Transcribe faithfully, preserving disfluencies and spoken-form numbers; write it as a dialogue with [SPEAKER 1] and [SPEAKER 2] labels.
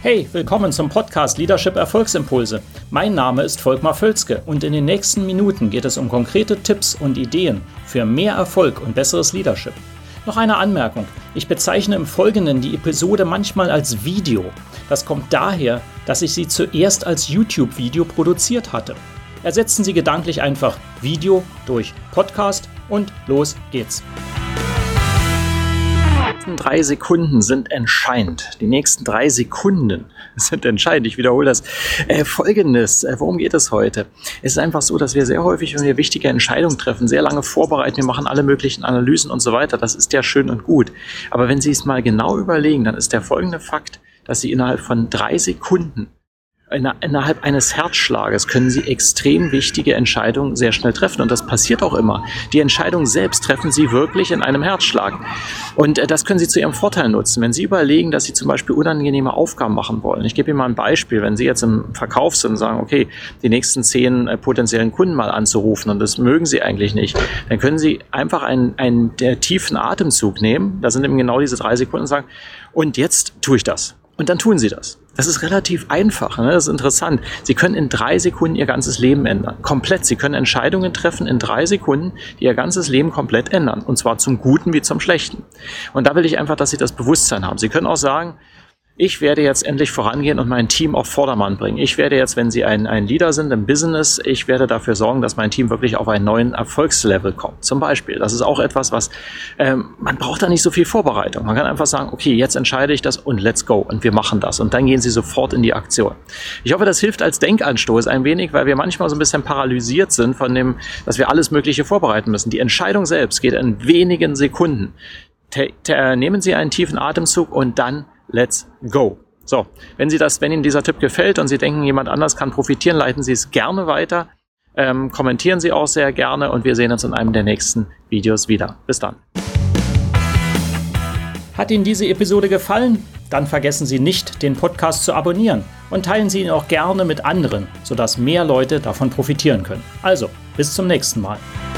[SPEAKER 1] Hey, willkommen zum Podcast Leadership Erfolgsimpulse. Mein Name ist Volkmar Völzke und in den nächsten Minuten geht es um konkrete Tipps und Ideen für mehr Erfolg und besseres Leadership. Noch eine Anmerkung. Ich bezeichne im Folgenden die Episode manchmal als Video. Das kommt daher, dass ich sie zuerst als YouTube-Video produziert hatte. Ersetzen Sie gedanklich einfach Video durch Podcast und los geht's. Die nächsten drei Sekunden sind entscheidend. Die nächsten drei Sekunden sind entscheidend. Ich wiederhole das. Äh, Folgendes, äh, worum geht es heute? Es ist einfach so, dass wir sehr häufig, wenn wir wichtige Entscheidungen treffen, sehr lange vorbereiten, wir machen alle möglichen Analysen und so weiter. Das ist ja schön und gut. Aber wenn Sie es mal genau überlegen, dann ist der folgende Fakt, dass Sie innerhalb von drei Sekunden Innerhalb eines Herzschlages können Sie extrem wichtige Entscheidungen sehr schnell treffen. Und das passiert auch immer. Die Entscheidung selbst treffen Sie wirklich in einem Herzschlag. Und äh, das können Sie zu Ihrem Vorteil nutzen. Wenn Sie überlegen, dass Sie zum Beispiel unangenehme Aufgaben machen wollen. Ich gebe Ihnen mal ein Beispiel. Wenn Sie jetzt im Verkauf sind und sagen, okay, die nächsten zehn äh, potenziellen Kunden mal anzurufen und das mögen Sie eigentlich nicht, dann können Sie einfach einen, einen der tiefen Atemzug nehmen. Da sind eben genau diese drei Sekunden und sagen, und jetzt tue ich das. Und dann tun Sie das. Das ist relativ einfach, ne? Das ist interessant. Sie können in drei Sekunden Ihr ganzes Leben ändern. Komplett. Sie können Entscheidungen treffen in drei Sekunden, die Ihr ganzes Leben komplett ändern. Und zwar zum Guten wie zum Schlechten. Und da will ich einfach, dass Sie das Bewusstsein haben. Sie können auch sagen, ich werde jetzt endlich vorangehen und mein Team auf Vordermann bringen. Ich werde jetzt, wenn Sie ein, ein Leader sind im Business, ich werde dafür sorgen, dass mein Team wirklich auf einen neuen Erfolgslevel kommt. Zum Beispiel. Das ist auch etwas, was, ähm, man braucht da nicht so viel Vorbereitung. Man kann einfach sagen, okay, jetzt entscheide ich das und let's go. Und wir machen das. Und dann gehen Sie sofort in die Aktion. Ich hoffe, das hilft als Denkanstoß ein wenig, weil wir manchmal so ein bisschen paralysiert sind von dem, dass wir alles Mögliche vorbereiten müssen. Die Entscheidung selbst geht in wenigen Sekunden. Te- te- nehmen Sie einen tiefen Atemzug und dann let's go. So, wenn Sie das, wenn Ihnen dieser Tipp gefällt und Sie denken, jemand anders kann profitieren, leiten Sie es gerne weiter. Ähm, kommentieren Sie auch sehr gerne und wir sehen uns in einem der nächsten Videos wieder. Bis dann. Hat Ihnen diese Episode gefallen? Dann vergessen Sie nicht, den Podcast zu abonnieren und teilen Sie ihn auch gerne mit anderen, sodass mehr Leute davon profitieren können. Also, bis zum nächsten Mal.